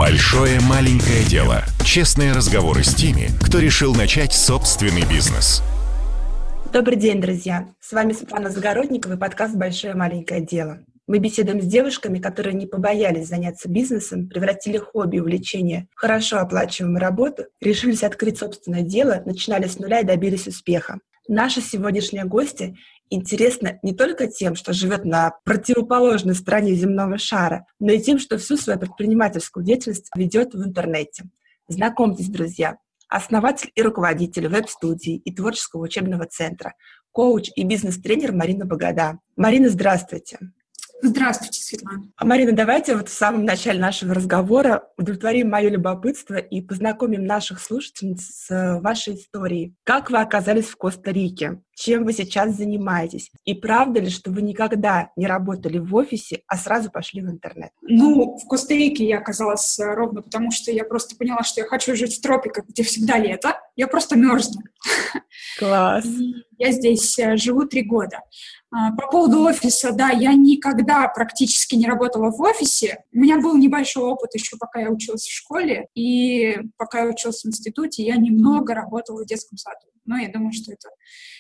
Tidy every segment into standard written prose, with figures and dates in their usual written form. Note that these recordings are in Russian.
Большое маленькое дело. Честные разговоры с теми, кто решил начать собственный бизнес. Добрый день, друзья! С вами Светлана Загородникова и подкаст «Большое маленькое дело». Мы беседуем с девушками, которые не побоялись заняться бизнесом, превратили хобби и увлечение в хорошо оплачиваемую работу, решились открыть собственное дело, начинали с нуля и добились успеха. Наша сегодняшняя гостья интересна не только тем, что живет на противоположной стороне земного шара, но и тем, что всю свою предпринимательскую деятельность ведет в интернете. Знакомьтесь, друзья, основатель и руководитель веб-студии и творческого учебного центра, коуч и бизнес-тренер Марина Богода. Марина, здравствуйте. Здравствуйте, Светлана. Марина, давайте в самом начале нашего разговора удовлетворим мое любопытство и познакомим наших слушательниц с вашей историей. Как вы оказались в Коста-Рике? Чем вы сейчас занимаетесь? И правда ли, что вы никогда не работали в офисе, а сразу пошли в интернет? В Коста-Рике я оказалась ровно потому, что я просто поняла, что я хочу жить в тропиках, где всегда лето. Я просто мерзну. Класс. Я здесь живу 3 года. По поводу офиса, да, я никогда практически не работала в офисе. У меня был небольшой опыт еще, пока я училась в школе, и пока я училась в институте, я немного работала в детском саду. Но я думаю, что это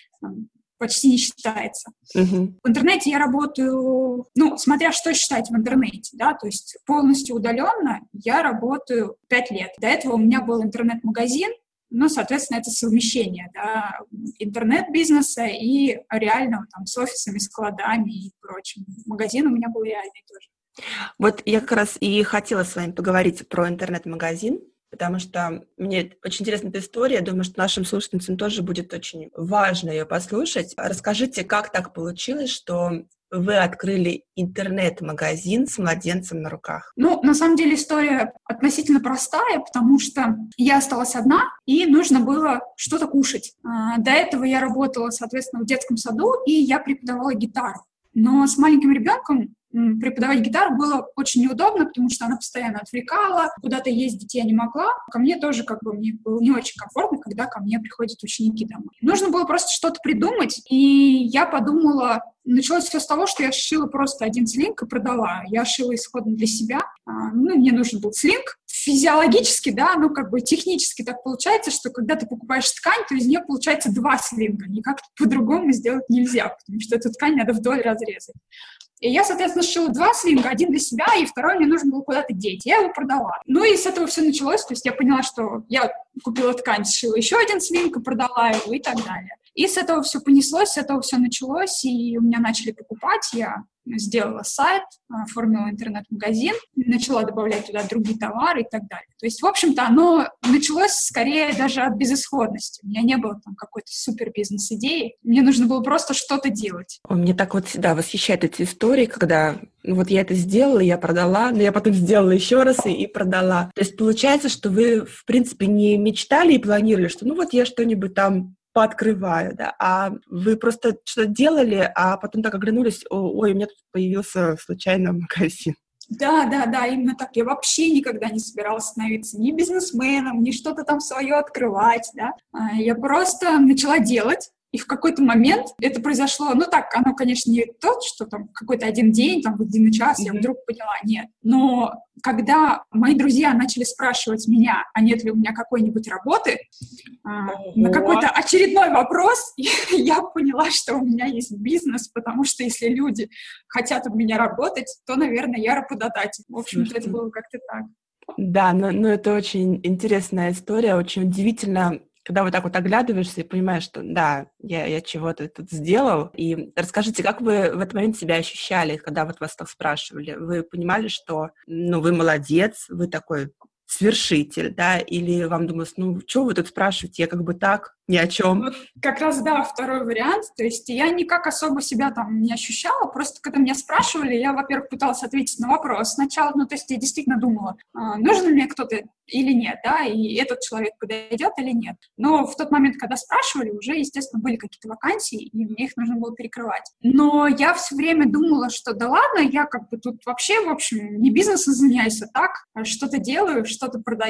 почти не считается. В интернете я работаю, смотря что считать в интернете, да, то есть полностью удаленно я работаю 5 лет. До этого у меня был интернет-магазин, соответственно, это совмещение, да, интернет-бизнеса и реального там с офисами, складами и прочим. Магазин у меня был реальный тоже. Вот я как раз и хотела с вами поговорить про интернет-магазин, потому что мне очень интересна эта история. Думаю, что нашим слушательницам тоже будет очень важно ее послушать. Расскажите, как так получилось, что вы открыли интернет-магазин с младенцем на руках? На самом деле история относительно простая, потому что я осталась одна, и нужно было что-то кушать. До этого я работала, соответственно, в детском саду, и я преподавала гитару. Но с маленьким ребенком преподавать гитару было очень неудобно, потому что она постоянно отвлекала, куда-то ездить я не могла. Ко мне тоже мне было не очень комфортно, когда ко мне приходят ученики домой. Нужно было просто что-то придумать, и я подумала, началось все с того, что я сшила просто один слинг и продала. Я шила исходно для себя. Мне нужен был слинг. Физиологически, да, технически так получается, что когда ты покупаешь ткань, то из нее получается 2 слинга. Никак по-другому сделать нельзя, потому что эту ткань надо вдоль разрезать. И я, соответственно, сшила 2 слинга, один для себя, и второй мне нужно было куда-то деть. Я его продала. И с этого все началось. То есть я поняла, что я купила ткань, сшила еще один слинг и продала его и так далее. И с этого все понеслось, с этого все началось, и у меня начали покупать. Я сделала сайт, оформила интернет-магазин, начала добавлять туда другие товары и так далее. То есть, в общем-то, оно началось скорее даже от безысходности. У меня не было там какой-то супер бизнес-идеи. Мне нужно было просто что-то делать. Мне так всегда восхищают эти истории, когда я это сделала, я продала, но я потом сделала еще раз и продала. То есть получается, что вы, в принципе, не мечтали и планировали, что я что-нибудь там пооткрываю, да, а вы просто что-то делали, а потом так оглянулись, ой, у меня тут появился случайно магазин. Да, именно так. Я вообще никогда не собиралась становиться ни бизнесменом, ни что-то там свое открывать, да. Я просто начала делать. И в какой-то момент это произошло, оно, конечно, не то, что там какой-то один день, там, в один час я вдруг поняла, нет. Но когда мои друзья начали спрашивать меня, а нет ли у меня какой-нибудь работы, на какой-то очередной вопрос, я поняла, что у меня есть бизнес, потому что если люди хотят у меня работать, то, наверное, я работодатель. В общем-то, это было как-то так. Да, но это очень интересная история, очень удивительно, когда вот так вот оглядываешься и понимаешь, что да, я чего-то тут сделал. И расскажите, как вы в этот момент себя ощущали, когда вас так спрашивали? Вы понимали, что вы молодец, вы такой свершитель, да? Или вам думалось, что вы тут спрашиваете, я так, ни о чем. Как раз, да, второй вариант. То есть я никак особо себя там не ощущала, просто когда меня спрашивали, я, во-первых, пыталась ответить на вопрос сначала, то есть я действительно думала, нужен ли мне кто-то или нет, да, и этот человек подойдет или нет. Но в тот момент, когда спрашивали, уже, естественно, были какие-то вакансии, и мне их нужно было перекрывать. Но я все время думала, что да ладно, я тут вообще, в общем, не бизнесом занимаюсь, а так, что-то делаю, что-то продаю.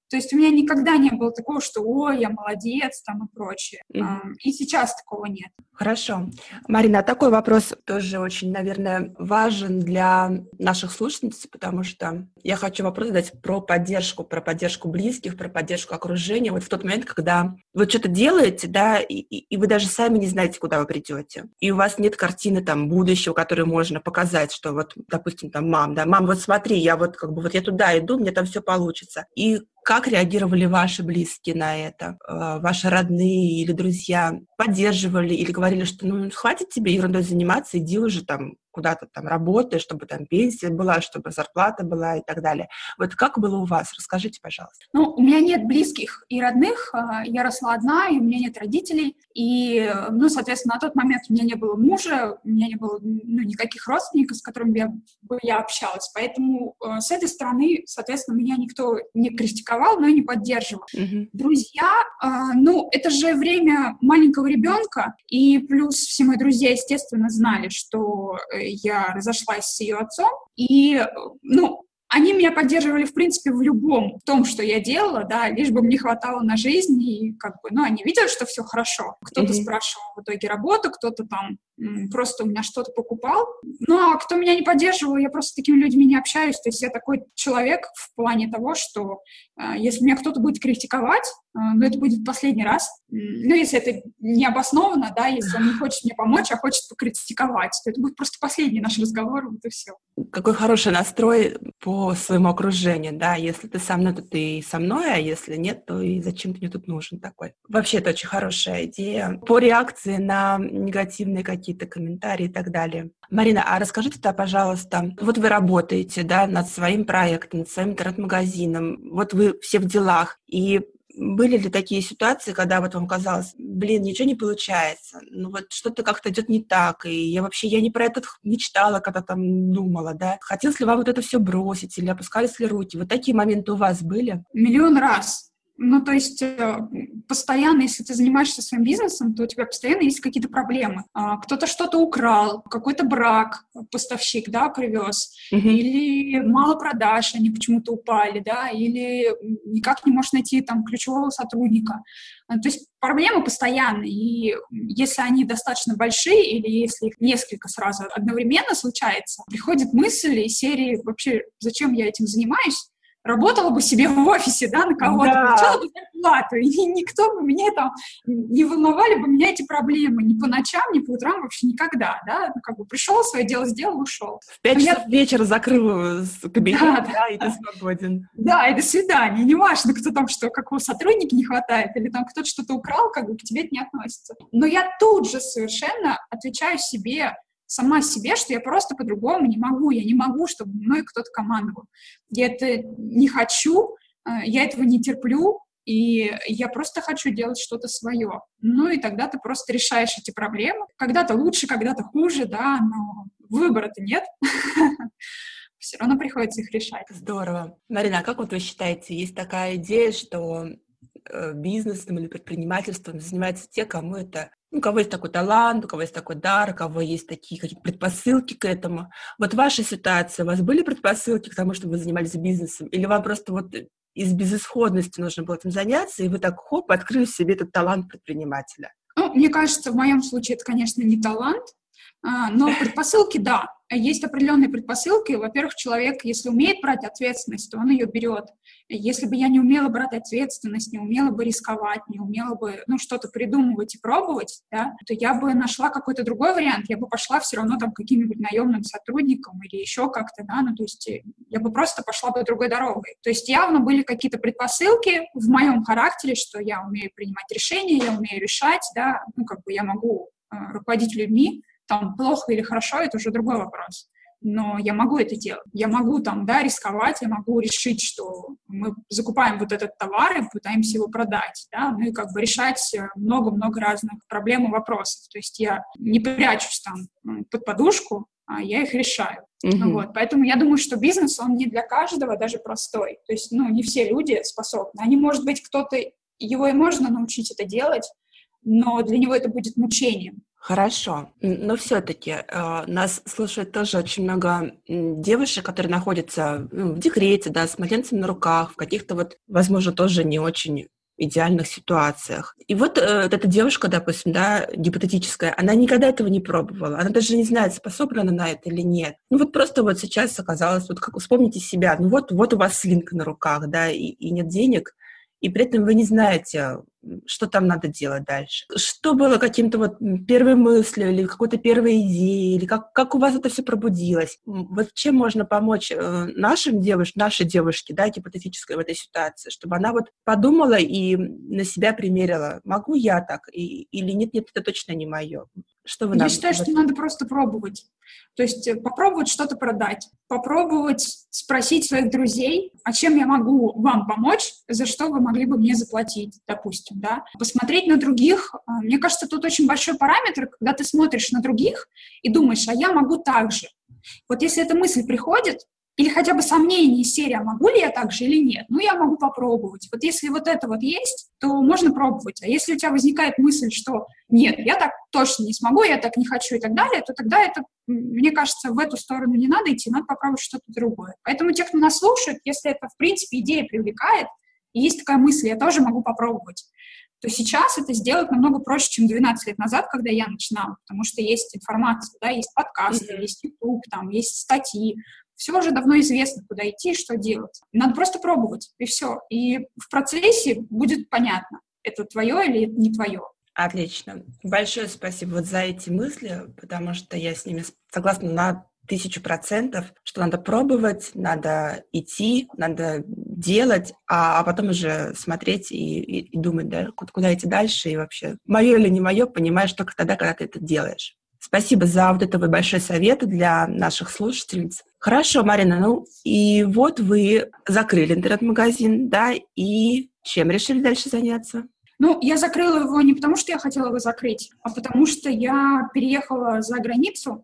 То есть у меня никогда не было такого, что «Ой, я молодец» там и прочее. И сейчас такого нет. Хорошо. Марина, такой вопрос тоже очень, наверное, важен для наших слушательниц, потому что я хочу вопрос задать про поддержку близких, про поддержку окружения. Вот в тот момент, когда вы что-то делаете, да, и вы даже сами не знаете, куда вы придете, и у вас нет картины там будущего, которую можно показать, что вот, допустим, там мам, вот смотри, я вот как бы вот я туда иду, мне там все получится. И как реагировали ваши близкие на это? Ваши родные или друзья поддерживали или говорили, что ну хватит тебе ерундой заниматься, иди уже там куда-то там работай, чтобы там пенсия была, чтобы зарплата была и так далее. Вот как было у вас? Расскажите, пожалуйста. Ну, у меня нет близких и родных, я росла одна, и у меня нет родителей, и, ну, соответственно, на тот момент у меня не было мужа, у меня не было, ну, никаких родственников, с которыми я общалась, поэтому с этой стороны, соответственно, меня никто не критиковал, но и не поддерживал. Друзья, ну, это же время маленького ребенка, и плюс все мои друзья, естественно, знали, что я разошлась с ее отцом, и, ну, они меня поддерживали, в принципе, в том, что я делала, да, лишь бы мне хватало на жизнь, и как бы, ну, они видели, что все хорошо. Кто-то спрашивал в итоге работу, кто-то там просто у меня что-то покупал. Ну, а кто меня не поддерживал, я просто с такими людьми не общаюсь. То есть я такой человек в плане того, что если меня кто-то будет критиковать, ну, это будет последний раз. Ну, если это не обоснованно, да, если он не хочет мне помочь, а хочет покритиковать, то это будет просто последний наш разговор, вот и все. Какой хороший настрой по своему окружению, да, если ты со мной, то ты и со мной, а если нет, то и зачем ты мне тут нужен такой. Вообще, это очень хорошая идея. По реакции на негативные какие-то комментарии и так далее. Марина, а расскажите, пожалуйста, вот вы работаете, да, над своим проектом, над своим интернет-магазином, вот вы все в делах, и были ли такие ситуации, когда вот вам казалось, ничего не получается, ну вот что-то как-то идет не так, и я не про это мечтала, когда там думала, да? Хотелось ли вам вот это все бросить, или опускались ли руки? Вот такие моменты у вас были? Миллион раз. Ну, то есть постоянно, если ты занимаешься своим бизнесом, то у тебя постоянно есть какие-то проблемы. Кто-то что-то украл, какой-то брак поставщик, да, привез, или мало продаж, они почему-то упали, да, или никак не можешь найти там ключевого сотрудника. То есть проблемы постоянные, и если они достаточно большие, или если их несколько сразу одновременно случается, приходит мысль из серии «Вообще, зачем я этим занимаюсь?» Работала бы себе в офисе, да, на кого-то, получала бы зарплату, и никто бы меня там, не волновали бы меня эти проблемы ни по ночам, ни по утрам, вообще никогда, да, ну, как бы пришел, свое дело сделал, ушел. В 5 часов вечера закрыл кабинет, да, и ты свободен. Да, и до свидания, неважно, кто там что, какого сотрудника не хватает, или там кто-то что-то украл, как бы к тебе это не относится. Но я тут же совершенно отвечаю сама себе, что я просто по-другому не могу. Я не могу, чтобы мной кто-то командовал. Я это не хочу, я этого не терплю, и я просто хочу делать что-то свое. Ну и тогда ты просто решаешь эти проблемы. Когда-то лучше, когда-то хуже, да, но выбора-то нет. Все равно приходится их решать. Здорово. Марина, а как вот вы считаете, есть такая идея, что бизнесом или предпринимательством занимаются те, кому это, у кого есть такой талант, у кого есть такой дар, у кого есть такие какие-то предпосылки к этому. Вот ваша ситуация, у вас были предпосылки к тому, чтобы вы занимались бизнесом? Или вам просто вот из безысходности нужно было этим заняться, и вы так, хоп, открыли в себе этот талант предпринимателя? Ну, мне кажется, в моем случае это, конечно, не талант, но предпосылки, да. Есть определенные предпосылки. Во-первых, человек, если умеет брать ответственность, то он ее берет. Если бы я не умела брать ответственность, не умела бы рисковать, не умела бы, что-то придумывать и пробовать, да, то я бы нашла какой-то другой вариант. Я бы пошла все равно там каким-нибудь наемным сотрудником или еще как-то, да, то есть я бы просто пошла бы другой дорогой. То есть явно были какие-то предпосылки в моем характере, что я умею принимать решения, я умею решать, да, я могу руководить людьми, там, плохо или хорошо, это уже другой вопрос. Но я могу это делать. Я могу там, да, рисковать, я могу решить, что мы закупаем вот этот товар и пытаемся его продать, да, и решать много-много разных проблем и вопросов. То есть я не прячусь там под подушку, а я их решаю. Вот. Поэтому я думаю, что бизнес, он не для каждого, даже простой. То есть, не все люди способны. Может быть, кто-то, его и можно научить это делать, но для него это будет мучением. Хорошо, но все-таки нас слушает тоже очень много девушек, которые находятся в декрете, да, с младенцем на руках, в каких-то вот, возможно, тоже не очень идеальных ситуациях. И вот эта девушка, допустим, да, гипотетическая, она никогда этого не пробовала, она даже не знает, способна она на это или нет. Ну вот просто вот сейчас оказалось, вот как вспомните себя, ну вот у вас слинг на руках, да, и нет денег, и при этом вы не знаете, что там надо делать дальше. Что было каким-то вот первой мыслью или какой-то первой идеей, или как у вас это все пробудилось? Вот чем можно помочь нашей девушке, да, гипотетической в этой ситуации, чтобы она вот подумала и на себя примерила, могу я так, или нет, это точно не мое. Что вы Я считаю, что надо просто пробовать. То есть попробовать что-то продать, попробовать спросить своих друзей, а чем я могу вам помочь, за что вы могли бы мне заплатить, допустим, да. Посмотреть на других. Мне кажется, тут очень большой параметр, когда ты смотришь на других и думаешь, а я могу так же. Вот если эта мысль приходит, или хотя бы сомнение из серии, а могу ли я так же или нет, ну, я могу попробовать. Вот если вот это вот есть, то можно пробовать. А если у тебя возникает мысль, что нет, я так точно не смогу, я так не хочу и так далее, то тогда это, мне кажется, в эту сторону не надо идти, надо попробовать что-то другое. Поэтому те, кто нас слушает, если это, в принципе, идея привлекает, и есть такая мысль, я тоже могу попробовать, то сейчас это сделать намного проще, чем 12 лет назад, когда я начинала, потому что есть информация, да, есть подкасты, есть YouTube, там, есть статьи, все уже давно известно, куда идти, что делать. Надо просто пробовать, и все. И в процессе будет понятно, это твое или это не твое. Отлично. Большое спасибо вот за эти мысли, потому что я с ними согласна на 1000%, что надо пробовать, надо идти, надо делать, а потом уже смотреть и думать, да, куда идти дальше, и вообще, мое или не мое, понимаешь только тогда, когда ты это делаешь. Спасибо за вот это вот большой совет для наших слушательниц. Хорошо, Марина, ну и вот вы закрыли интернет-магазин, да, и чем решили дальше заняться? Ну, я закрыла его не потому, что я хотела его закрыть, а потому что я переехала за границу,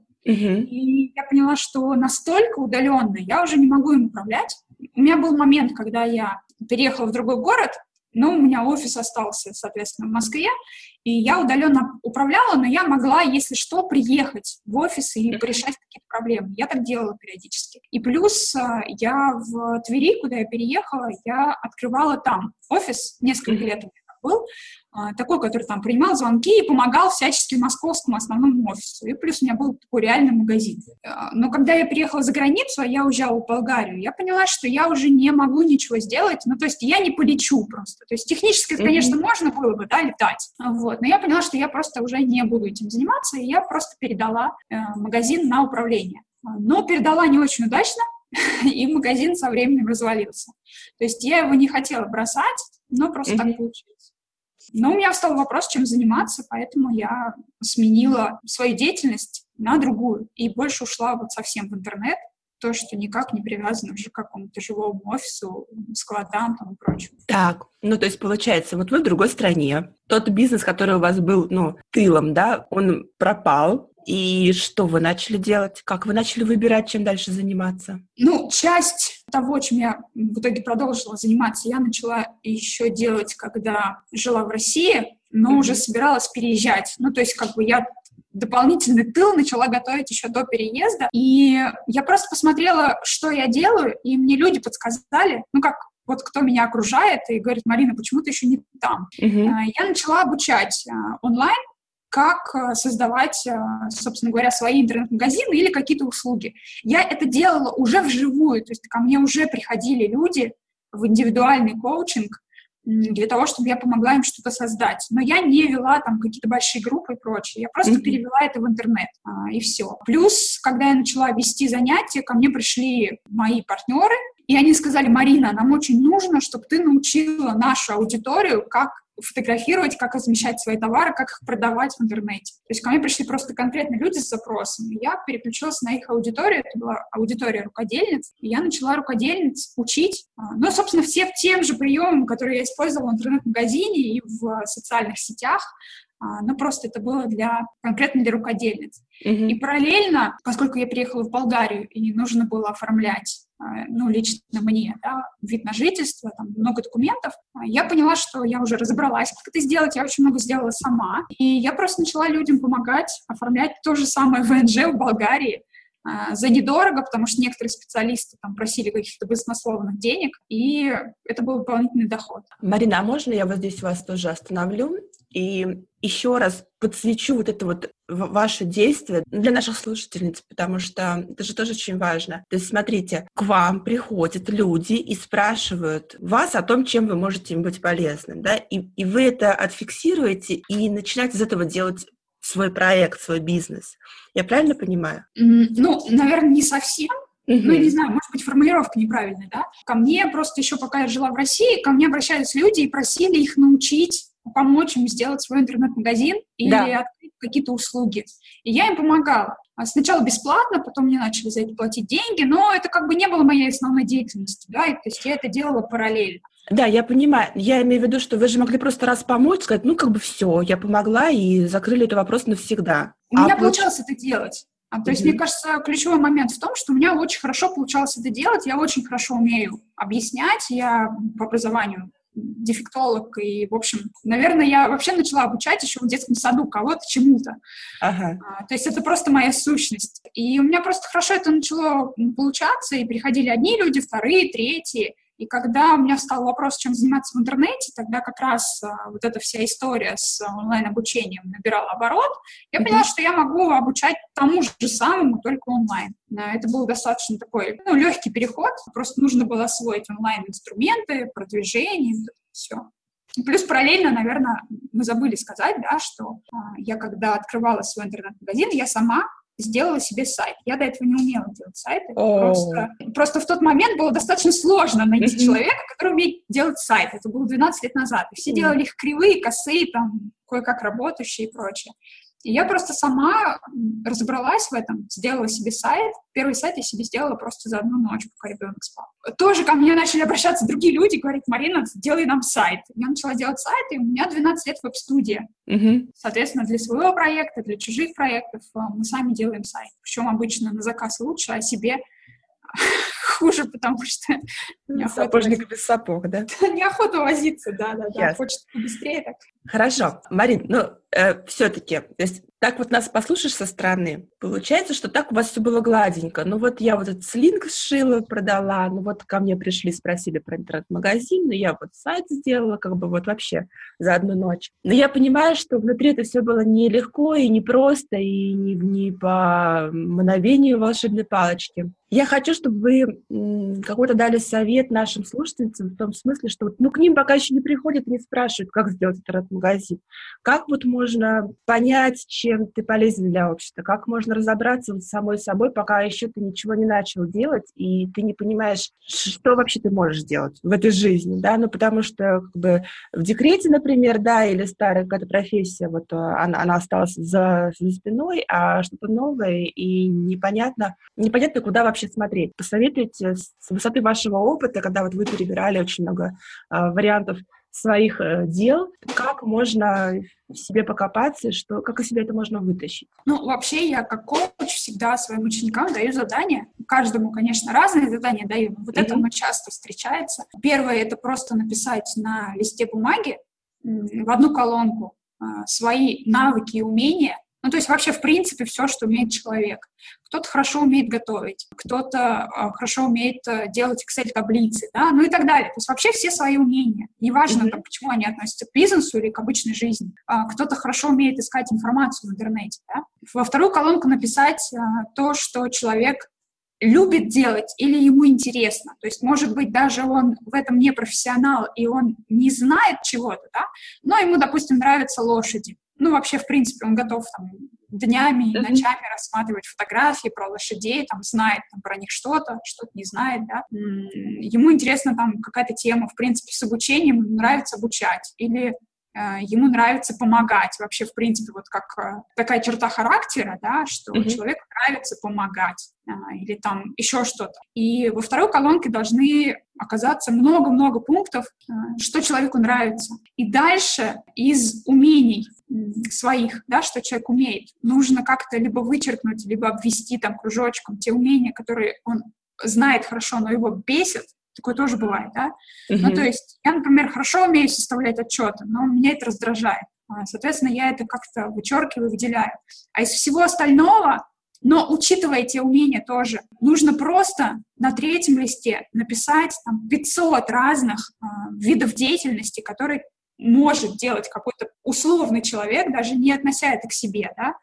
и я поняла, что настолько удаленно я уже не могу им управлять. У меня был момент, когда я переехала в другой город, но у меня офис остался, соответственно, в Москве, и я удаленно управляла, но я могла, если что, приехать в офис и порешать какие-то проблемы. Я так делала периодически. И плюс я в Твери, куда я переехала, я открывала там офис, несколько лет у меня был, такой, который там принимал звонки и помогал всячески московскому основному офису. И плюс у меня был такой реальный магазин. Но когда я переехала за границу, а я уезжала в Болгарию, я поняла, что я уже не могу ничего сделать. Ну, то есть я не полечу просто. То есть технически, конечно, можно было бы, да, летать. Вот. Но я поняла, что я просто уже не буду этим заниматься, и я просто передала магазин на управление. Но передала не очень удачно, и магазин со временем развалился. То есть я его не хотела бросать, но просто так получилось. Но у меня встал вопрос, чем заниматься, поэтому я сменила свою деятельность на другую и больше ушла вот совсем в интернет, то, что никак не привязано уже к какому-то живому офису, складам там и прочему. Так, ну то есть получается, вот вы в другой стране, тот бизнес, который у вас был, ну, тылом, да, он пропал, и что вы начали делать? Как вы начали выбирать, чем дальше заниматься? Ну, часть того, чем я в итоге продолжила заниматься, я начала еще делать, когда жила в России, но уже собиралась переезжать. Ну, то есть как бы я дополнительный тыл начала готовить еще до переезда, и я просто посмотрела, что я делаю, и мне люди подсказали, ну, как вот кто меня окружает, и говорит: Марина, почему ты еще не там? Я начала обучать онлайн, как создавать, собственно говоря, свои интернет-магазины или какие-то услуги. Я это делала уже вживую, то есть ко мне уже приходили люди в индивидуальный коучинг для того, чтобы я помогла им что-то создать. Но я не вела там какие-то большие группы и прочее. Я просто перевела это в интернет, и все. Плюс, когда я начала вести занятия, ко мне пришли мои партнеры, и они сказали: Марина, нам очень нужно, чтобы ты научила нашу аудиторию, как фотографировать, как размещать свои товары, как их продавать в интернете. То есть ко мне пришли просто конкретно люди с запросами. Я переключилась на их аудиторию, это была аудитория рукодельниц, и я начала рукодельниц учить, ну, собственно, все тем же приемам, которые я использовала в интернет-магазине и в социальных сетях, но просто это было конкретно для рукодельниц. И параллельно, поскольку я приехала в Болгарию и нужно было оформлять, ну, лично мне, да, вид на жительство, там много документов. Я поняла, что я уже разобралась, как это сделать, я очень много сделала сама. И я просто начала людям помогать оформлять то же самое ВНЖ в Болгарии за недорого, потому что некоторые специалисты там просили каких-то баснословных денег, и это был дополнительный доход. Марина, а можно я вот здесь вас тоже остановлю и еще раз подсвечу вот это вот ваше действие для наших слушательниц, потому что это же тоже очень важно. То есть, смотрите, к вам приходят люди и спрашивают вас о том, чем вы можете им быть полезным, да, и вы это отфиксируете и начинаете из этого делать свой проект, свой бизнес. Я правильно понимаю? Ну, наверное, не совсем. Ну, я не знаю, может быть, формулировка неправильная, да? Ко мне просто еще, пока я жила в России, ко мне обращались люди и просили их научить, помочь им сделать свой интернет-магазин или открыть какие-то услуги. И я им помогала. Сначала бесплатно, потом мне начали за это платить деньги, но это как бы не было моей основной деятельностью, да, и, то есть я это делала параллельно. Да, я понимаю. Я имею в виду, что вы же могли просто раз помочь, сказать, ну, как бы все, я помогла, и закрыли этот вопрос навсегда. У меня получалось это делать. То есть, мне кажется, ключевой момент в том, что у меня очень хорошо получалось это делать, я очень хорошо умею объяснять, я по образованию дефектолог, и, в общем, наверное, я вообще начала обучать еще в детском саду кого-то чему-то. Ага. То есть это просто моя сущность. И у меня просто хорошо это начало получаться, и приходили одни люди, вторые, третьи. И когда у меня стал вопрос, чем заниматься в интернете, тогда как раз вот эта вся история с онлайн-обучением набирала оборот, я поняла, что я могу обучать тому же самому, только онлайн. Это был достаточно такой, легкий переход, просто нужно было освоить онлайн-инструменты, продвижение, вот это все. Плюс параллельно, наверное, мы забыли сказать, да, что я когда открывала свой интернет-магазин, я сама сделала себе сайт. Я до этого не умела делать сайты. Просто в тот момент было достаточно сложно найти человека, который умеет делать сайт. Это было 12 лет назад. И все делали их кривые, косые, там, кое-как работающие и прочее. И я просто сама разобралась в этом, сделала себе сайт. Первый сайт я себе сделала просто за одну ночь, пока ребенок спал. Тоже ко мне начали обращаться другие люди, говорить: Марина, сделай нам сайт. Я начала делать сайт, и у меня 12 лет веб-студия. Соответственно, для своего проекта, для чужих проектов мы сами делаем сайт. Причем обычно на заказ лучше, а себе хуже, потому что сапожник без сапог, да? Неохота возиться, да. Хочется побыстрее так. Хорошо. Марин, все-таки, то есть так вот нас послушаешь со стороны, получается, что так у вас все было гладенько. Ну вот я вот этот слинг сшила, продала, ну вот ко мне пришли, спросили про интернет-магазин, ну я вот сайт сделала, как бы вот вообще за одну ночь. Но я понимаю, что внутри это все было нелегко и непросто, и не по мгновению волшебной палочки. Я хочу, чтобы вы какой-то дали совет нашим слушательницам в том смысле, что к ним пока еще не приходят и не спрашивают, как сделать интернет-магазин. Как вот можно понять, чем ты полезен для общества? Как можно разобраться вот с самой собой, пока еще ты ничего не начал делать, и ты не понимаешь, что вообще ты можешь делать в этой жизни, да? Ну, потому что как бы в декрете, например, да, или старая какая-то профессия, вот она осталась за спиной, а что-то новое, и непонятно, куда вообще смотреть. Посоветуйте с высоты вашего опыта, когда вот вы перебирали очень много вариантов своих дел, как можно в себе покопаться, как из себя это можно вытащить? Вообще я как коуч всегда своим ученикам даю задания. Каждому, конечно, разные задания даю, но вот это оно часто встречается. Первое — это просто написать на листе бумаги в одну колонку свои навыки и умения. То есть вообще, в принципе, все, что умеет человек. Кто-то хорошо умеет готовить, кто-то хорошо умеет делать Excel-таблицы, да, и так далее. То есть вообще все свои умения. Неважно, почему они относятся к бизнесу или к обычной жизни. Кто-то хорошо умеет искать информацию в интернете, да. Во вторую колонку написать то, что человек любит делать или ему интересно. То есть, может быть, даже он в этом не профессионал, и он не знает чего-то, да, но ему, допустим, нравятся лошади. Вообще, в принципе, он готов там днями и ночами рассматривать фотографии про лошадей, там, знает там, про них что-то не знает, да. Ему интересна там какая-то тема, в принципе, с обучением, ему нравится обучать, или ему нравится помогать. Вообще, в принципе, вот как такая черта характера, да, что человеку нравится помогать, или там еще что-то. И во второй колонке должны оказаться много-много пунктов, что человеку нравится. И дальше из умений своих, да, что человек умеет, нужно как-то либо вычеркнуть, либо обвести там кружочком те умения, которые он знает хорошо, но его бесит, Такое тоже бывает, да? Ну, то есть я, например, хорошо умею составлять отчеты, но меня это раздражает. Соответственно, я это как-то вычеркиваю, выделяю. А из всего остального, но учитывая эти умения тоже, нужно просто на 3-м листе написать там 500 разных видов деятельности, которые может делать какой-то условный человек, даже не относя это к себе, да,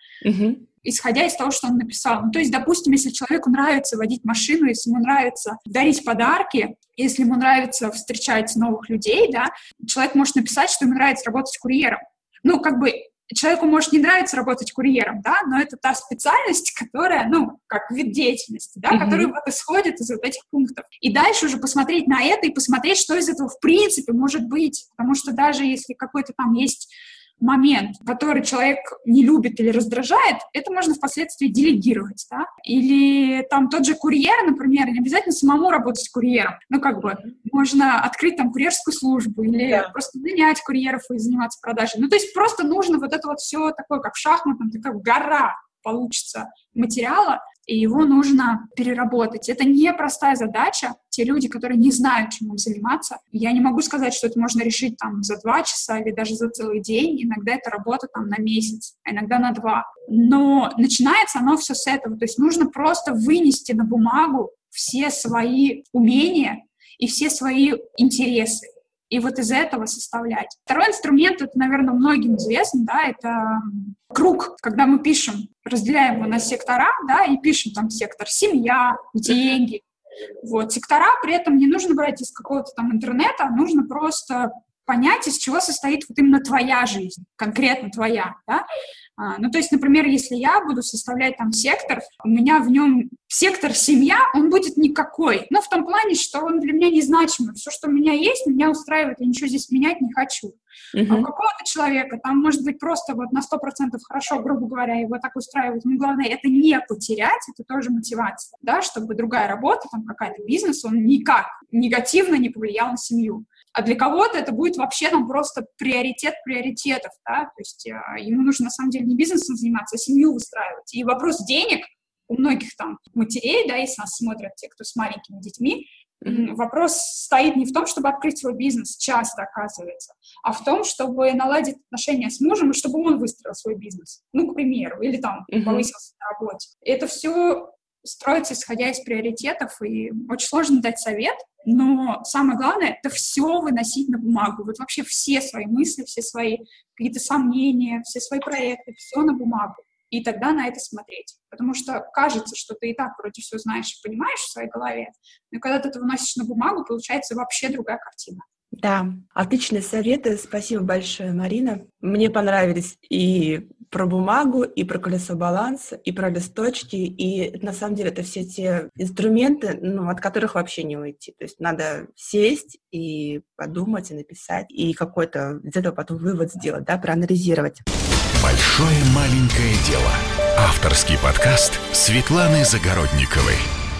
исходя из того, что он написал. Ну, то есть, допустим, если человеку нравится водить машину, если ему нравится дарить подарки, если ему нравится встречать новых людей, да, человек может написать, что ему нравится работать курьером. Ну, как бы человеку может не нравиться работать курьером, да, но это та специальность, которая, ну, как вид деятельности, да, которая вот исходит из вот этих пунктов. И дальше уже посмотреть на это и посмотреть, что из этого в принципе может быть. Потому что даже если какой-то там есть момент, который человек не любит или раздражает, это можно впоследствии делегировать, да? Или там тот же курьер, например, не обязательно самому работать курьером, ну, как бы, можно открыть там курьерскую службу или просто нанять курьеров и заниматься продажей. Ну, то есть просто нужно вот это вот все такое, как в шахматном, такая гора получится материала, и его нужно переработать. Это непростая задача. Те люди, которые не знают, чем им заниматься, я не могу сказать, что это можно решить там за 2 часа или даже за целый день. Иногда это работа там на месяц, а иногда на 2. Но начинается оно все с этого. То есть нужно просто вынести на бумагу все свои умения и все свои интересы. И вот из этого составлять. Второй инструмент, это, наверное, многим известно, да, это круг, когда мы пишем, разделяем его на сектора, да, и пишем там сектор семья, деньги. Вот, сектора при этом не нужно брать из какого-то там интернета, нужно просто понять, из чего состоит вот именно твоя жизнь, конкретно твоя, да. Ну, то есть, например, если я буду составлять там сектор, у меня в нем сектор семья, он будет никакой. Но в том плане, что он для меня незначимый. Все, что у меня есть, меня устраивает, я ничего здесь менять не хочу. А у какого-то человека там может быть просто вот на 100% хорошо, грубо говоря, его так устраивает. Но главное, это не потерять, это тоже мотивация, да, чтобы другая работа, там какая-то бизнес, он никак негативно не повлиял на семью. А для кого-то это будет вообще там просто приоритет приоритетов, да, то есть ему нужно на самом деле не бизнесом заниматься, а семью выстраивать. И вопрос денег у многих там матерей, да, если нас смотрят те, кто с маленькими детьми, вопрос стоит не в том, чтобы открыть свой бизнес, часто оказывается, а в том, чтобы наладить отношения с мужем, и чтобы он выстроил свой бизнес, ну, к примеру, или там повысился на работе. И это все строится, исходя из приоритетов, и очень сложно дать совет, но самое главное — это все выносить на бумагу. Вот вообще все свои мысли, все свои какие-то сомнения, все свои проекты, все на бумагу. И тогда на это смотреть. Потому что кажется, что ты и так вроде все знаешь и понимаешь в своей голове, но когда ты это выносишь на бумагу, получается вообще другая картина. Да, отличные советы. Спасибо большое, Марина. Мне понравились и про бумагу, и про колесо баланса, и про листочки. И на самом деле это все те инструменты, от которых вообще не уйти. То есть надо сесть и подумать, и написать, и какой-то из этого потом вывод сделать, да, проанализировать. Большое маленькое дело. Авторский подкаст Светланы Загородниковой.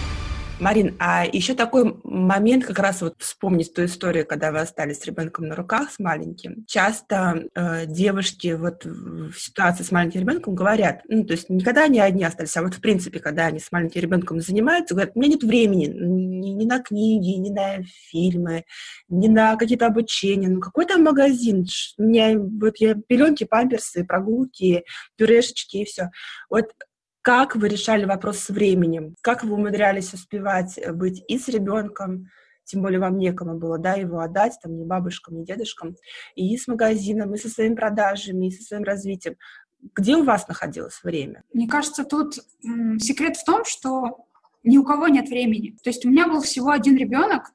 Марин, а еще такой момент, как раз вот вспомнить ту историю, когда вы остались с ребенком на руках, с маленьким. Часто девушки вот в ситуации с маленьким ребенком говорят, то есть никогда они одни остались, а вот в принципе, когда они с маленьким ребенком занимаются, говорят, у меня нет времени ни на книги, ни на фильмы, ни на какие-то обучения, какой там магазин, у меня вот я пеленки, памперсы, прогулки, пюрешечки и все. Вот как вы решали вопрос с временем? Как вы умудрялись успевать быть и с ребенком, тем более вам некому было, да, его отдать, там, ни бабушкам, ни дедушкам, и с магазином, и со своими продажами, и со своим развитием? Где у вас находилось время? Мне кажется, тут секрет в том, что ни у кого нет времени. То есть у меня был всего один ребенок,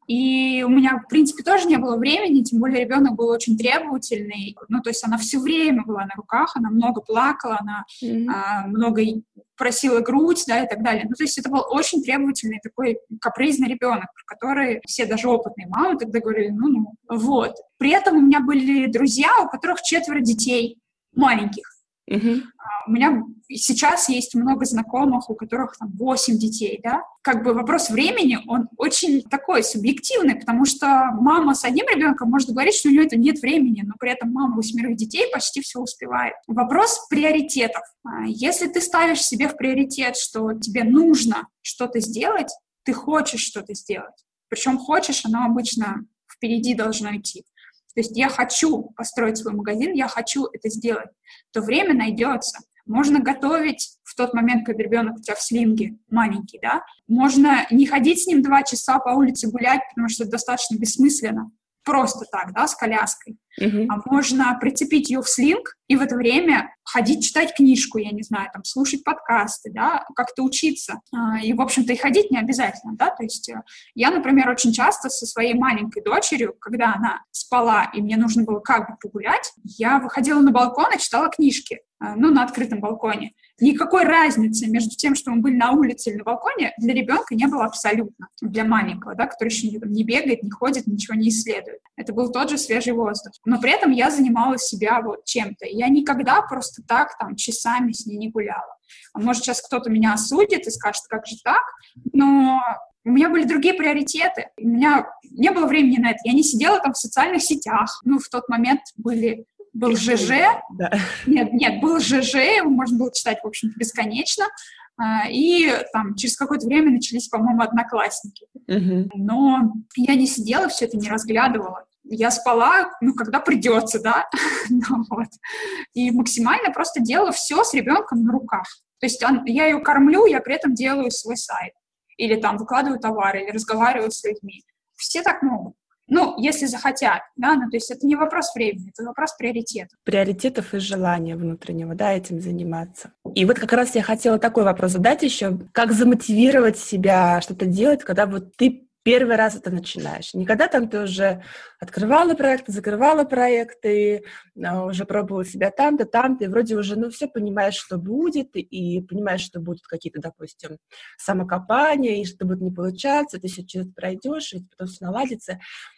и у меня, в принципе, тоже не было времени, тем более ребенок был очень требовательный. Ну, то есть она все время была на руках, она много плакала, она много просила грудь, да, и так далее. Ну, то есть это был очень требовательный такой капризный ребенок, про который все даже опытные мамы тогда говорили, вот. При этом у меня были друзья, у которых 4 детей маленьких. У меня сейчас есть много знакомых, у которых там 8 детей, да. Как бы вопрос времени, он очень такой субъективный, потому что мама с одним ребенком может говорить, что у нее это нет времени, но при этом мама 8 детей почти все успевает. Вопрос приоритетов. Если ты ставишь себе в приоритет, что тебе нужно что-то сделать, ты хочешь что-то сделать, Причем хочешь, оно обычно впереди должно идти. То есть я хочу построить свой магазин, я хочу это сделать, то время найдется. Можно готовить в тот момент, когда ребенок у тебя в слинге маленький, да. Можно не ходить с ним 2 часа по улице гулять, потому что это достаточно бессмысленно. Просто так, да, с коляской. А можно прицепить ее в слинг и в это время ходить читать книжку, я не знаю, там, слушать подкасты, да, как-то учиться. И, в общем-то, и ходить не обязательно, да, то есть я, например, очень часто со своей маленькой дочерью, когда она спала, и мне нужно было как бы погулять, я выходила на балкон и читала книжки, на открытом балконе. Никакой разницы между тем, что мы были на улице или на балконе, для ребенка не было абсолютно. Для маленького, да, который еще не бегает, не ходит, ничего не исследует. Это был тот же свежий воздух. Но при этом я занимала себя вот чем-то. Я никогда просто так там часами с ней не гуляла. Может, сейчас кто-то меня осудит и скажет, как же так? Но у меня были другие приоритеты. У меня не было времени на это. Я не сидела там в социальных сетях. В тот момент был ЖЖ. Да. Нет, был ЖЖ, его можно было читать, в общем-то, бесконечно. И там через какое-то время начались, по-моему, Одноклассники. Но я не сидела, все это не разглядывала. Я спала, когда придется, да. И максимально просто делала все с ребенком на руках. То есть я ее кормлю, я при этом делаю свой сайт. Или там выкладываю товары, или разговариваю с людьми. Все так могут. Если захотят, да, то есть это не вопрос времени, это вопрос приоритетов. Приоритетов и желания внутреннего, да, этим заниматься. И вот как раз я хотела такой вопрос задать еще. Как замотивировать себя что-то делать, когда вот ты первый раз это начинаешь? Не когда там ты уже открывала проекты, закрывала проекты, уже пробовала себя там-то, и вроде уже, все понимаешь, что будет, и понимаешь, что будут какие-то, допустим, самокопания, и что будет не получаться, ты все через это пройдешь, и потом все наладится.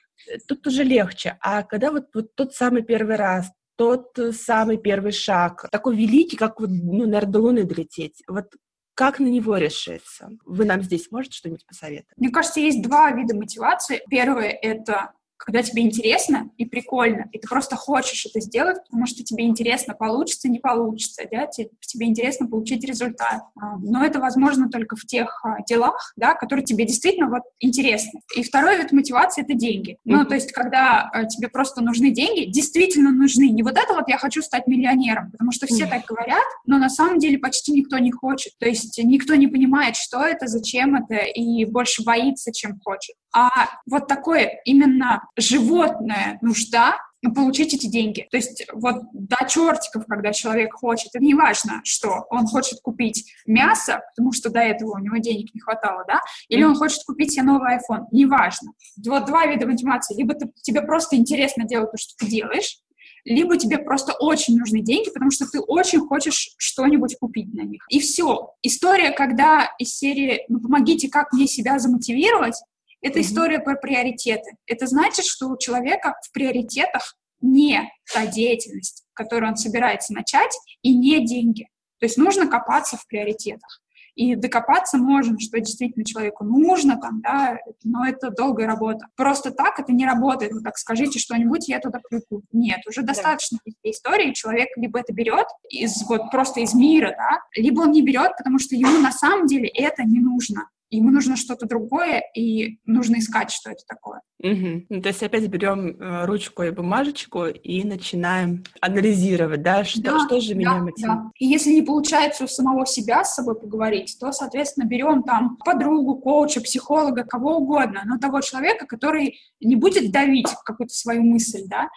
Тут уже легче. А когда вот тот самый первый раз, тот самый первый шаг, такой великий, как наверное, до Луны долететь, вот как на него решиться? Вы нам здесь можете что-нибудь посоветовать? Мне кажется, есть 2 вида мотивации. Первое — это когда тебе интересно и прикольно, и ты просто хочешь это сделать, потому что тебе интересно, получится, не получится, да, тебе интересно получить результат. Но это возможно только в тех делах, да, которые тебе действительно интересны. И второй вид мотивации — это деньги. То есть, когда тебе просто нужны деньги, действительно нужны. Не вот это я хочу стать миллионером, потому что все так говорят, но на самом деле почти никто не хочет. То есть никто не понимает, что это, зачем это, и больше боится, чем хочет. А вот такое именно животная нужда получить эти деньги. То есть до чертиков, когда человек хочет, это не важно, что он хочет купить мясо, потому что до этого у него денег не хватало, да, или он хочет купить себе новый iPhone, неважно. 2 вида мотивации. Либо тебе просто интересно делать то, что ты делаешь, либо тебе просто очень нужны деньги, потому что ты очень хочешь что-нибудь купить на них. И все. История, когда из серии «Помогите, как мне себя замотивировать», это история про приоритеты. Это значит, что у человека в приоритетах не та деятельность, которую он собирается начать, и не деньги. То есть нужно копаться в приоритетах. И докопаться можно, что действительно человеку нужно, да, но это долгая работа. Просто так это не работает. Так скажите что-нибудь, я туда приду. Нет, уже достаточно таких историй. Человек либо это берет просто из мира, да, либо он не берет, потому что ему на самом деле это не нужно. Ему нужно что-то другое, и нужно искать, что это такое. То есть опять берем ручку и бумажечку и начинаем анализировать, да, что же меня мотивирует. Да. И если не получается у самого себя с собой поговорить, то, соответственно, берем там подругу, коуча, психолога, кого угодно, но того человека, который не будет давить какую-то свою мысль, да,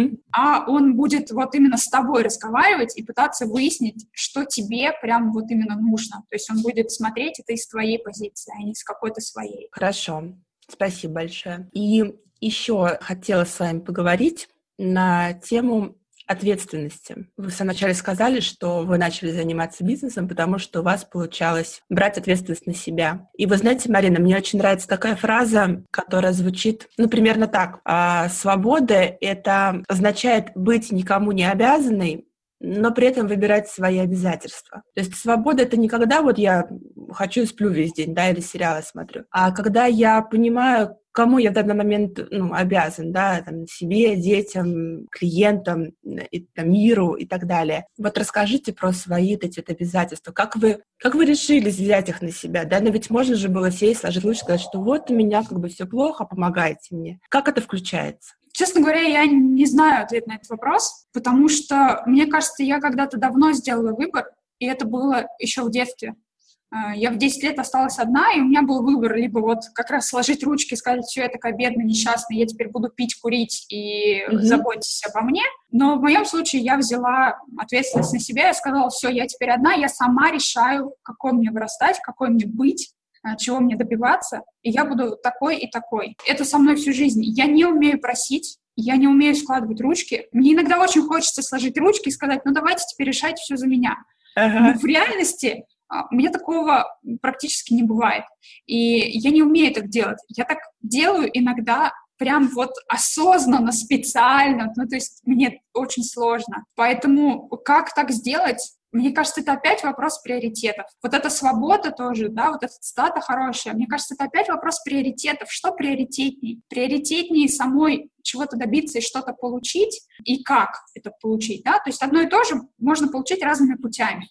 а он будет именно с тобой разговаривать и пытаться выяснить, что тебе прям именно нужно. То есть он будет смотреть это из твоей позиции, а не с какой-то своей. Хорошо. Спасибо большое. И еще хотела с вами поговорить на тему ответственности. Вы в самом начале сказали, что вы начали заниматься бизнесом, потому что у вас получалось брать ответственность на себя. И вы знаете, Марина, мне очень нравится такая фраза, которая звучит, примерно так. Свобода — это означает быть никому не обязанной, но при этом выбирать свои обязательства. То есть свобода — это не когда я хочу и сплю весь день, да, или сериалы смотрю, а когда я понимаю, кому я в данный момент, обязан, да, там, себе, детям, клиентам, и, там, миру и так далее. Вот расскажите про свои эти вот обязательства. Как вы решились взять их на себя, да? Но ведь можно же было сесть, сложить ручки, сказать, что вот у меня как бы все плохо, помогайте мне. Как это включается? Честно говоря, я не знаю ответ на этот вопрос, потому что, мне кажется, я когда-то давно сделала выбор, и это было еще в детстве. Я в 10 лет осталась одна, и у меня был выбор либо вот как раз сложить ручки и сказать, все, я такая бедная, несчастная, я теперь буду пить, курить и заботьтесь обо мне. Но в моем случае я взяла ответственность на себя и сказала, все, я теперь одна, я сама решаю, какой мне вырастать, какой мне быть, чего мне добиваться, и я буду такой и такой. Это со мной всю жизнь. Я не умею просить, я не умею складывать ручки. Мне иногда очень хочется сложить ручки и сказать, давайте теперь решайте все за меня. Но в реальности у меня такого практически не бывает. И я не умею так делать. Я так делаю иногда прям вот осознанно, специально. То есть мне очень сложно. Поэтому как так сделать? Мне кажется, это опять вопрос приоритетов. Вот эта свобода тоже, да, вот эта цитата хорошая. Мне кажется, это опять вопрос приоритетов. Что приоритетней? Приоритетнее самой чего-то добиться и что-то получить, и как это получить, да? То есть одно и то же можно получить разными путями.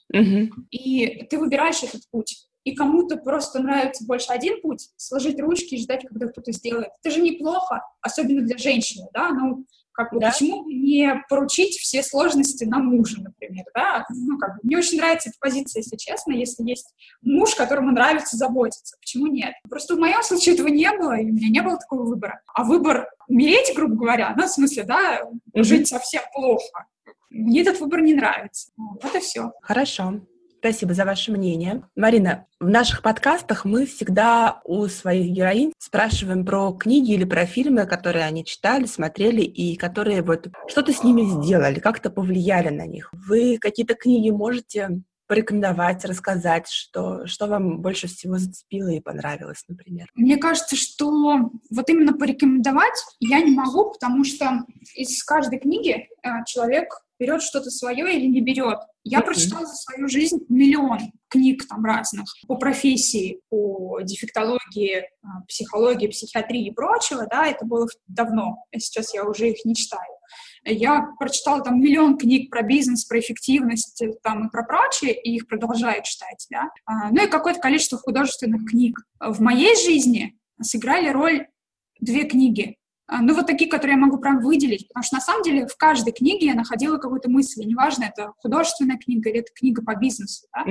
И ты выбираешь этот путь. И кому-то просто нравится больше один путь, сложить ручки и ждать, когда кто-то сделает. Это же неплохо, особенно для женщины, да? Да? Почему не поручить все сложности на мужа, например, да? Мне очень нравится эта позиция, если честно, если есть муж, которому нравится заботиться. Почему нет? Просто в моем случае этого не было, и у меня не было такого выбора. А выбор умереть, грубо говоря, в смысле, да, жить совсем плохо, мне этот выбор не нравится. Вот и все. Хорошо. Спасибо за ваше мнение. Марина, в наших подкастах мы всегда у своих героинь спрашиваем про книги или про фильмы, которые они читали, смотрели, и которые вот что-то с ними сделали, как-то повлияли на них. Вы какие-то книги можете порекомендовать, рассказать, что вам больше всего зацепило и понравилось, например? Мне кажется, что вот именно порекомендовать я не могу, потому что из каждой книги человек берет что-то свое или не берет. Я прочитала за свою жизнь миллион книг там разных по профессии, по дефектологии, психологии, психиатрии и прочего, да, это было давно, сейчас я уже их не читаю. Я прочитала там миллион книг про бизнес, про эффективность там, и про прочее, и их продолжаю читать, да. И какое-то количество художественных книг. В моей жизни сыграли роль 2 книги. Вот такие, которые я могу прям выделить, потому что на самом деле в каждой книге я находила какую-то мысль, неважно, это художественная книга или это книга по бизнесу, да?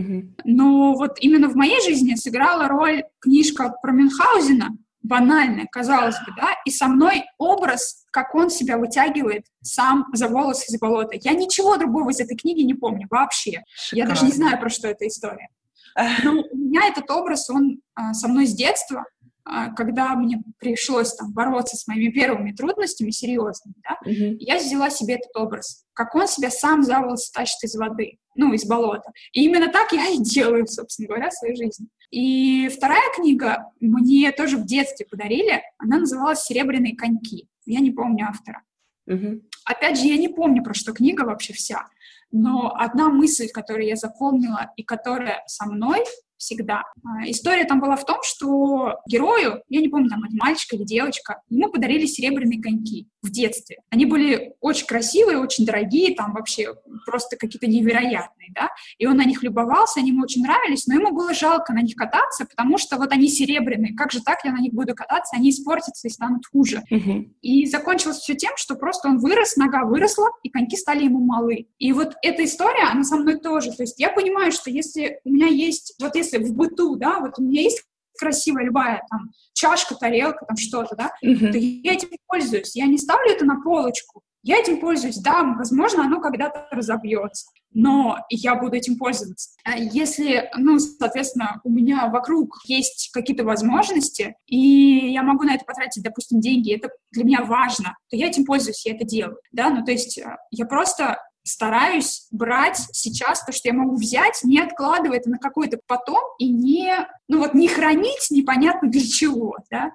Но вот именно в моей жизни сыграла роль книжка про Мюнхгаузена, банальная, казалось бы, да, и со мной образ, как он себя вытягивает сам за волосы из болота. Я ничего другого из этой книги не помню вообще. Шикарно. Я даже не знаю, про что эта история. Но у меня этот образ, он со мной с детства, когда мне пришлось там бороться с моими первыми трудностями серьезными, да, я взяла себе этот образ, как он себя сам за волосы тащит из воды, из болота. И именно так я и делаю, собственно говоря, в своей жизни. И вторая книга мне тоже в детстве подарили, она называлась «Серебряные коньки». Я не помню автора. Опять же, я не помню, про что книга вообще вся, но одна мысль, которую я запомнила и которая со мной всегда. История там была в том, что герою, я не помню, там, это мальчик или девочка, ему подарили серебряные коньки в детстве. Они были очень красивые, очень дорогие, там вообще просто какие-то невероятные, да, и он на них любовался, они ему очень нравились, но ему было жалко на них кататься, потому что вот они серебряные, как же так я на них буду кататься, они испортятся и станут хуже. И закончилось все тем, что просто он вырос, нога выросла, и коньки стали ему малы. И вот эта история, она со мной тоже, то есть я понимаю, что если у меня есть, вот если в быту, да, вот у меня есть красивая любая там чашка, тарелка, там что-то, да, то я этим пользуюсь. Я не ставлю это на полочку. Я этим пользуюсь, да, возможно, оно когда-то разобьется, но я буду этим пользоваться. Если, соответственно, у меня вокруг есть какие-то возможности, и я могу на это потратить, допустим, деньги, это для меня важно, то я этим пользуюсь, я это делаю, да, то есть я просто стараюсь брать сейчас то, что я могу взять, не откладывая это на какой-то потом и не хранить непонятно для чего, да.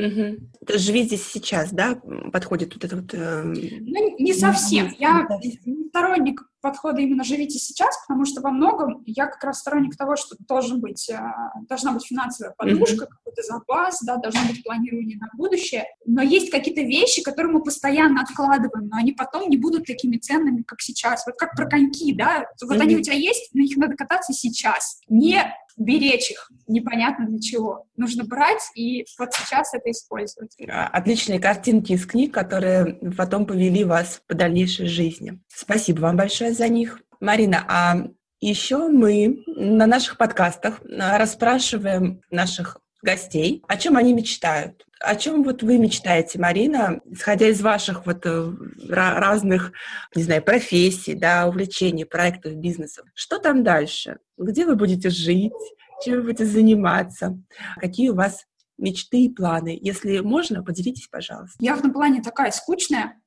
«Живи здесь сейчас», да, подходит вот это вот... не совсем. Я сторонник подхода именно «живите сейчас», потому что во многом я как раз сторонник того, что должна быть финансовая подушка, какой-то запас, да, должно быть планирование на будущее, но есть какие-то вещи, которые мы постоянно откладываем, но они потом не будут такими ценными, как сейчас. Вот как про коньки, да, вот они у тебя есть, но их надо кататься сейчас, не беречь их непонятно для чего. Нужно брать и вот сейчас это использовать. Отличные картинки из книг, которые потом повели вас по дальнейшей жизни. Спасибо вам большое за них. Марина, а еще мы на наших подкастах расспрашиваем наших гостей, о чем они мечтают. О чем вот вы мечтаете, Марина, исходя из ваших вот разных, не знаю, профессий, да, увлечений, проектов, бизнесов? Что там дальше? Где вы будете жить? Чем вы будете заниматься? Какие у вас мечты и планы? Если можно, поделитесь, пожалуйста. Я в этом плане такая скучная.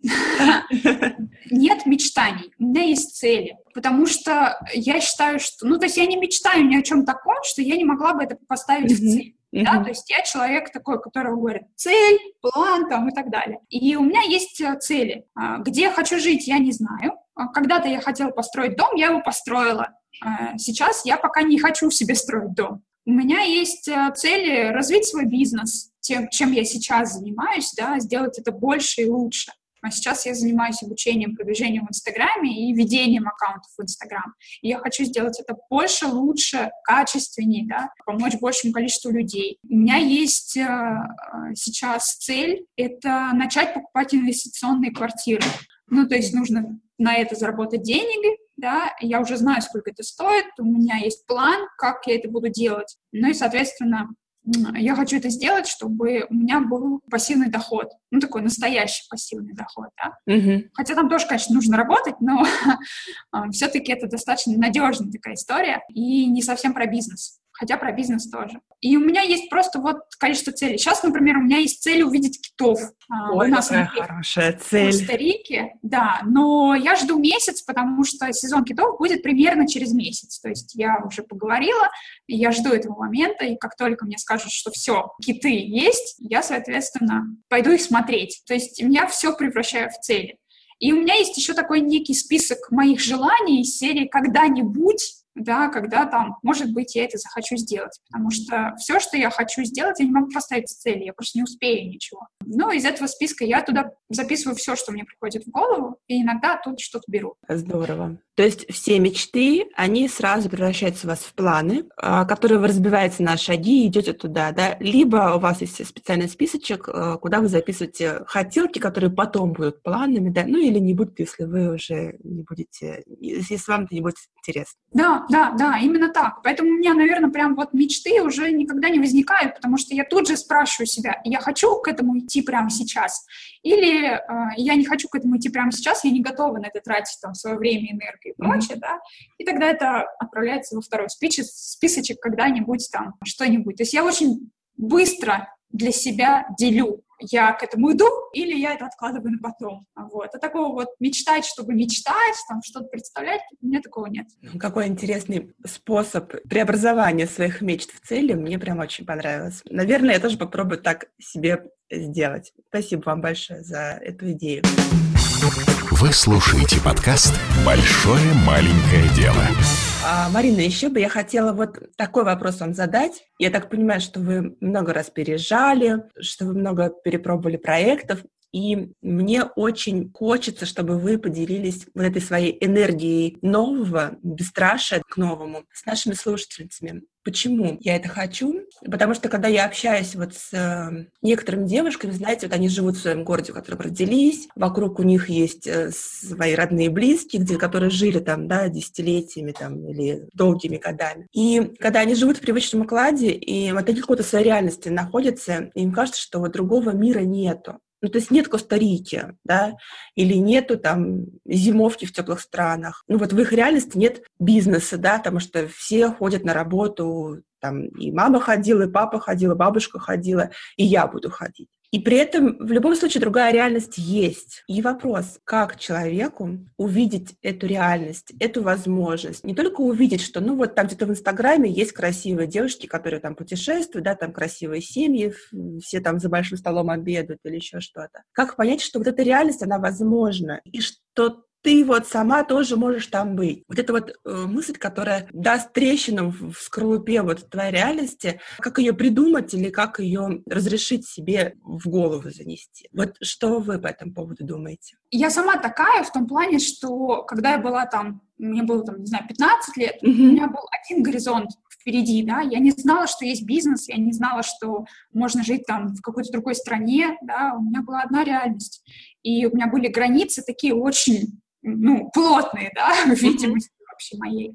Нет мечтаний, у меня есть цели. Потому что я считаю, что... Ну, то есть я не мечтаю ни о чем таком, что я не могла бы это поставить в цель. Да, то есть я человек такой, которого говорят цель, план там и так далее. И у меня есть цели. Где я хочу жить, я не знаю. Когда-то я хотела построить дом, я его построила. Сейчас я пока не хочу себе строить дом. У меня есть цели развить свой бизнес, тем, чем я сейчас занимаюсь, да, сделать это больше и лучше. А сейчас я занимаюсь обучением, продвижением в Инстаграме и ведением аккаунтов в Инстаграм. И я хочу сделать это больше, лучше, качественнее, да, помочь большему количеству людей. У меня есть сейчас цель — это начать покупать инвестиционные квартиры. Ну, то есть нужно на это заработать деньги, да, я уже знаю, сколько это стоит, у меня есть план, как я это буду делать. Ну и, соответственно, я хочу это сделать, чтобы у меня был пассивный доход, ну, такой настоящий пассивный доход, да. Хотя там тоже, конечно, нужно работать, но все-таки это достаточно надежная такая история и не совсем про бизнес. Хотя про бизнес тоже. И у меня есть просто вот количество целей. Сейчас, например, у меня есть цель увидеть китов. Ой, у нас какая хорошая цель. В Коста-Рике, да. Но я жду месяц, потому что сезон китов будет примерно через месяц. То есть я уже поговорила, и я жду этого момента, и как только мне скажут, что все, киты есть, я, соответственно, пойду их смотреть. То есть я все превращаю в цели. И у меня есть еще такой некий список моих желаний из серии «когда-нибудь», да, когда там, может быть, я это захочу сделать. Потому что все, что я хочу сделать, я не могу поставить цели, я просто не успею ничего. Но из этого списка я туда записываю все, что мне приходит в голову, и иногда оттуда что-то беру. Здорово. То есть все мечты, они сразу превращаются у вас в планы, которые вы разбиваете на шаги и идете туда, да? Либо у вас есть специальный списочек, куда вы записываете хотелки, которые потом будут планами, да? Ну или не будут, если вы уже не будете, если вам это не будет интересно. Да, именно так. Поэтому у меня, наверное, прям вот мечты уже никогда не возникают, потому что я тут же спрашиваю себя, я хочу к этому идти прямо сейчас, или я не хочу к этому идти прямо сейчас, я не готова на это тратить там свое время, энергию и прочее, да, и тогда это отправляется во второй списочек когда-нибудь там что-нибудь. То есть я очень быстро для себя делю, я к этому иду, или я это откладываю на потом. Вот. А такого вот мечтать, чтобы мечтать, там что-то представлять, у меня такого нет. Какой интересный способ преобразования своих мечт в цели, мне прям очень понравилось. Наверное, я тоже попробую так себе сделать. Спасибо вам большое за эту идею. Вы слушаете подкаст «Большое маленькое дело». Марина, еще бы я хотела вот такой вопрос вам задать. Я так понимаю, что вы много раз переезжали, что вы много перепробовали проектов, и мне очень хочется, чтобы вы поделились вот этой своей энергией нового, бесстрашия к новому с нашими слушательницами. Почему я это хочу? Потому что, когда я общаюсь вот с некоторыми девушками, знаете, вот они живут в своем городе, в котором родились, вокруг у них есть свои родные и близкие, которые жили там, да, десятилетиями там, или долгими годами. И когда они живут в привычном укладе, и вот они в какой-то своей реальности находятся, им кажется, что вот другого мира нету. Ну, то есть нет Коста-Рики, да, или нету там зимовки в теплых странах. Ну, вот в их реальности нет бизнеса, да, потому что все ходят на работу, там и мама ходила, и папа ходил, и бабушка ходила, и я буду ходить. И при этом в любом случае другая реальность есть. И вопрос, как человеку увидеть эту реальность, эту возможность. Не только увидеть, что ну вот там где-то в Инстаграме есть красивые девушки, которые там путешествуют, да, там красивые семьи, все там за большим столом обедают или еще что-то. Как понять, что вот эта реальность, она возможна, и что ты вот сама тоже можешь там быть. Вот эта вот мысль, которая даст трещину в скорлупе вот твоей реальности, как ее придумать или как ее разрешить себе в голову занести. Вот что вы по этому поводу думаете? Я сама такая в том плане, что когда я была там, мне было там, не знаю, 15 лет, у меня был один горизонт впереди, да, я не знала, что есть бизнес, я не знала, что можно жить там в какой-то другой стране, да, у меня была одна реальность. И у меня были границы такие очень, плотные, да, видимости вообще моей.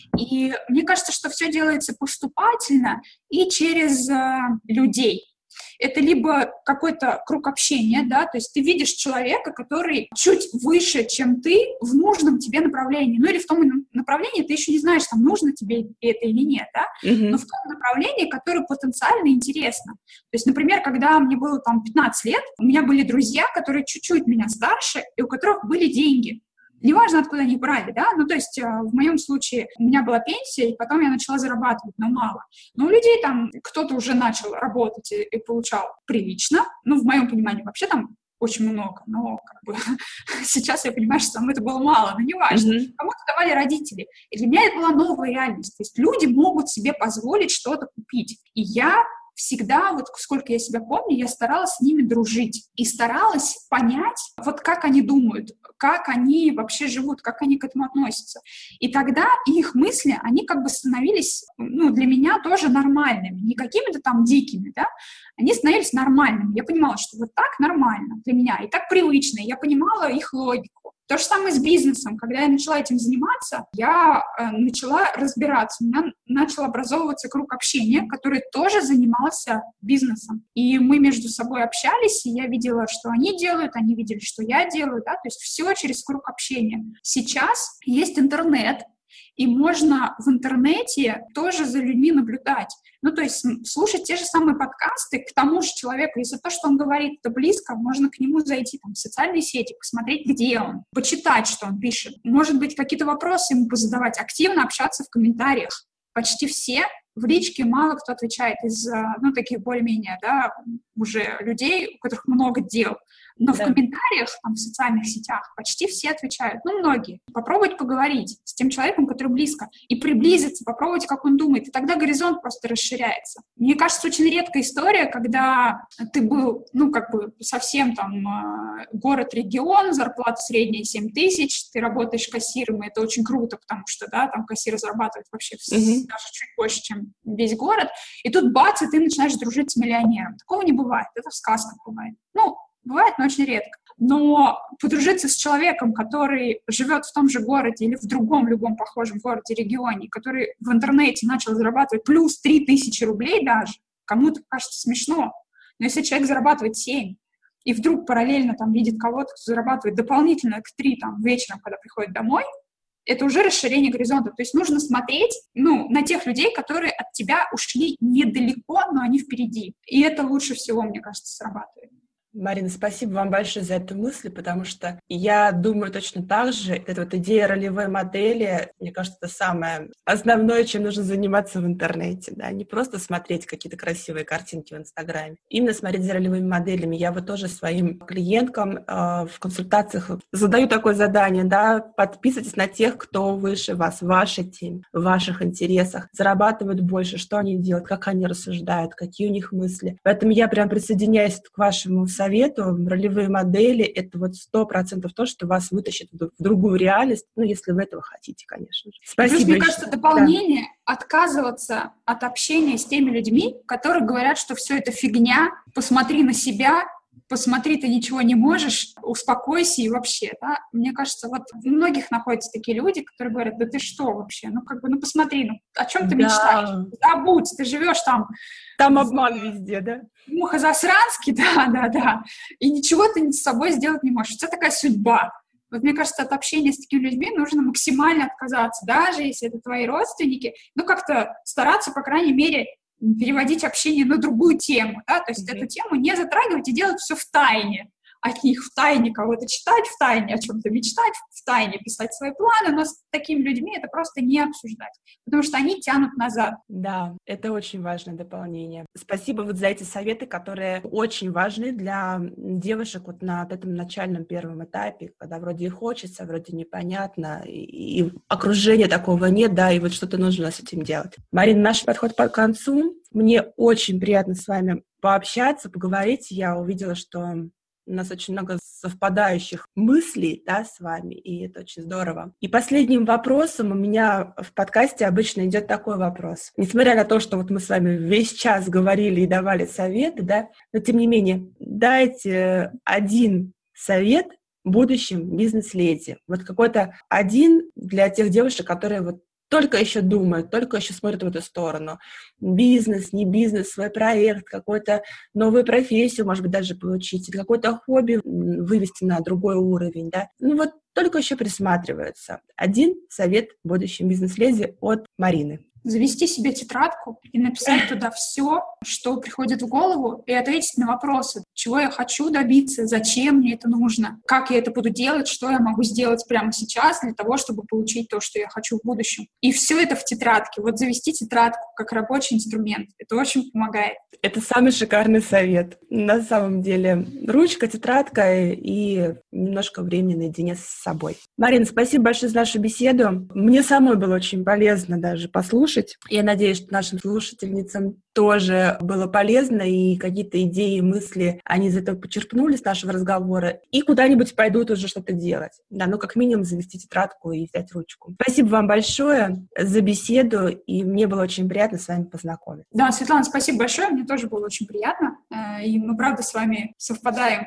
И мне кажется, что все делается поступательно и через людей. Это либо какой-то круг общения, да, то есть ты видишь человека, который чуть выше, чем ты, в нужном тебе направлении, или в том направлении, ты еще не знаешь, там, нужно тебе это или нет, да, но в том направлении, которое потенциально интересно. То есть, например, когда мне было там 15 лет, у меня были друзья, которые чуть-чуть меня старше, и у которых были деньги. Неважно, откуда они брали, да, то есть в моем случае у меня была пенсия, и потом я начала зарабатывать, но мало. Но у людей там кто-то уже начал работать и получал прилично, в моем понимании вообще там очень много, но сейчас я понимаю, что там это было мало, но неважно. Кому-то давали родители. И для меня это была новая реальность. То есть люди могут себе позволить что-то купить. И я всегда, вот сколько я себя помню, я старалась с ними дружить и старалась понять, вот как они думают, как они вообще живут, как они к этому относятся. И тогда их мысли, они как бы становились, для меня тоже нормальными, не какими-то там дикими, да, они становились нормальными. Я понимала, что вот так нормально для меня, и так привычно, и я понимала их логику. То же самое с бизнесом. Когда я начала этим заниматься, я начала разбираться. У меня начал образовываться круг общения, который тоже занимался бизнесом. И мы между собой общались, и я видела, что они делают, они видели, что я делаю, да, то есть все через круг общения. Сейчас есть интернет, и можно в интернете тоже за людьми наблюдать. То есть слушать те же самые подкасты к тому же человеку. Если то, что он говорит, это близко, можно к нему зайти в социальные сети, посмотреть, где он, почитать, что он пишет. Может быть, какие-то вопросы ему позадавать, активно общаться в комментариях. Почти все в личке, мало кто отвечает из, таких более-менее, да, уже людей, у которых много дел. Но в комментариях, в социальных сетях почти все отвечают, многие. Попробовать поговорить с тем человеком, который близко, и приблизиться, попробовать, как он думает, и тогда горизонт просто расширяется. Мне кажется, очень редкая история, когда ты был, совсем город-регион, зарплата средняя 7 тысяч, ты работаешь кассиром, и это очень круто, потому что, да, там кассиры зарабатывают вообще даже чуть больше, чем весь город, и тут бац, и ты начинаешь дружить с миллионером. Такого не бывает, это в сказках бывает. Бывает, но очень редко. Но подружиться с человеком, который живет в том же городе или в другом любом похожем городе, регионе, который в интернете начал зарабатывать плюс 3000 рублей даже, кому-то кажется смешно. Но если человек зарабатывает 7, и вдруг параллельно видит кого-то, кто зарабатывает дополнительно к 3 вечером, когда приходит домой, это уже расширение горизонта. То есть нужно смотреть, на тех людей, которые от тебя ушли недалеко, но они впереди. И это лучше всего, мне кажется, срабатывает. Марина, спасибо вам большое за эту мысль, потому что я думаю точно так же. Эта вот идея ролевой модели, мне кажется, это самое основное, чем нужно заниматься в интернете. Да? Не просто смотреть какие-то красивые картинки в Инстаграме. Именно смотреть за ролевыми моделями. Я вот тоже своим клиенткам в консультациях задаю такое задание, да, подписывайтесь на тех, кто выше вас, в вашей теме, в ваших интересах, зарабатывают больше, что они делают, как они рассуждают, какие у них мысли. Поэтому я прям присоединяюсь к вашему совету. Ролевые модели — это вот 100% то, что вас вытащит в другую реальность, если вы этого хотите, конечно же. Спасибо. Плюс, мне кажется, дополнение — отказываться от общения с теми людьми, которые говорят, что все это фигня, посмотри на себя, посмотри, ты ничего не можешь, успокойся и вообще, да. Мне кажется, вот у многих находятся такие люди, которые говорят, да ты что вообще, посмотри, о чем ты мечтаешь? Забудь, ты живешь там. Там обман везде, да? Муха-засранский, да, и ничего ты с собой сделать не можешь. Это такая судьба. Вот мне кажется, от общения с такими людьми нужно максимально отказаться, даже если это твои родственники, как-то стараться, по крайней мере, переводить общение на другую тему, да, то есть эту тему не затрагивать и делать все в тайне, от них втайне кого-то читать, втайне о чем-то мечтать, втайне писать свои планы, но с такими людьми это просто не обсуждать, потому что они тянут назад. Да, это очень важное дополнение. Спасибо вот за эти советы, которые очень важны для девушек вот на этом начальном первом этапе, когда вроде и хочется, вроде непонятно, и окружения такого нет, да, и вот что-то нужно с этим делать. Марина, наш подход по концу. Мне очень приятно с вами пообщаться, поговорить. Я увидела, что у нас очень много совпадающих мыслей, да, с вами, и это очень здорово. И последним вопросом у меня в подкасте обычно идет такой вопрос. Несмотря на то, что вот мы с вами весь час говорили и давали советы, да, но тем не менее, дайте один совет будущим бизнес-леди. Вот какой-то один для тех девушек, которые вот только еще думают, только еще смотрят в эту сторону. Бизнес, не бизнес, свой проект, какую-то новую профессию, может быть, даже получить, или какое-то хобби вывести на другой уровень, да. Ну вот только еще присматриваются. Один совет будущим бизнес-леди от Марины. Завести себе тетрадку и написать туда все, что приходит в голову, и ответить на вопросы, чего я хочу добиться, зачем мне это нужно, как я это буду делать, что я могу сделать прямо сейчас для того, чтобы получить то, что я хочу в будущем. И все это в тетрадке. Вот завести тетрадку как рабочий инструмент. Это очень помогает. Это самый шикарный совет. На самом деле, ручка, тетрадка и немножко времени наедине с собой. Марина, спасибо большое за нашу беседу. Мне самой было очень полезно даже послушать. Я надеюсь, что нашим слушательницам тоже было полезно, и какие-то идеи, мысли они из этого почерпнули с нашего разговора, и куда-нибудь пойдут уже что-то делать. Да, ну, как минимум, завести тетрадку и взять ручку. Спасибо вам большое за беседу, и мне было очень приятно с вами познакомиться. Да, Светлана, спасибо большое, мне тоже было очень приятно, и мы, правда, с вами совпадаем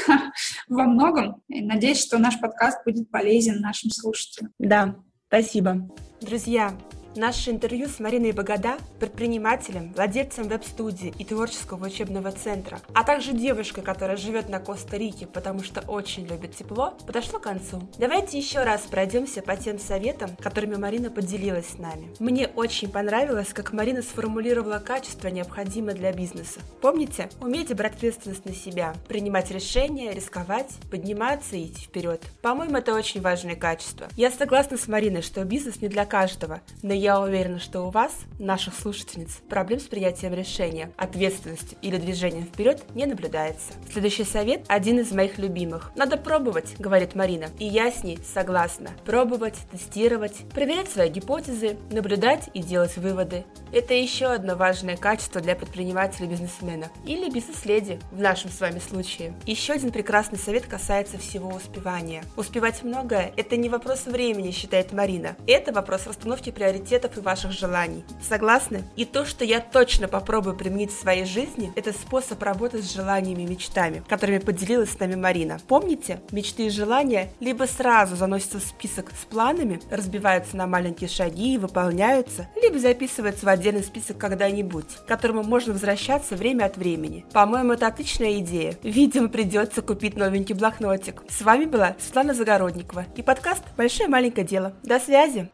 во многом, и надеюсь, что наш подкаст будет полезен нашим слушателям. Да, спасибо. Друзья, наше интервью с Мариной Богода, предпринимателем, владельцем веб-студии и творческого учебного центра, а также девушкой, которая живет на Коста-Рике, потому что очень любит тепло, подошло к концу. Давайте еще раз пройдемся по тем советам, которыми Марина поделилась с нами. Мне очень понравилось, как Марина сформулировала качества, необходимые для бизнеса. Помните? Умейте брать ответственность на себя, принимать решения, рисковать, подниматься и идти вперед. По-моему, это очень важные качества. Я согласна с Мариной, что бизнес не для каждого, но я уверена, что у вас, наших слушательниц, проблем с принятием решения, ответственностью или движением вперед не наблюдается. Следующий совет – один из моих любимых. Надо пробовать, говорит Марина, и я с ней согласна. Пробовать, тестировать, проверять свои гипотезы, наблюдать и делать выводы. Это еще одно важное качество для предпринимателя, бизнесмена или бизнес-леди в нашем с вами случае. Еще один прекрасный совет касается всего успевания. Успевать многое – это не вопрос времени, считает Марина. Это вопрос расстановки приоритетов и ваших желаний. Согласны? И то, что я точно попробую применить в своей жизни, это способ работать с желаниями и мечтами, которыми поделилась с нами Марина. Помните? Мечты и желания либо сразу заносятся в список с планами, разбиваются на маленькие шаги и выполняются, либо записываются в отдельный список когда-нибудь, к которому можно возвращаться время от времени. По-моему, это отличная идея. Видимо, придется купить новенький блокнотик. С вами была Светлана Загородникова и подкаст «Большое маленькое дело». До связи!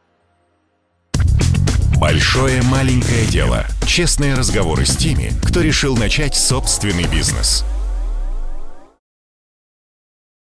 Большое маленькое дело. Честные разговоры с теми, кто решил начать собственный бизнес.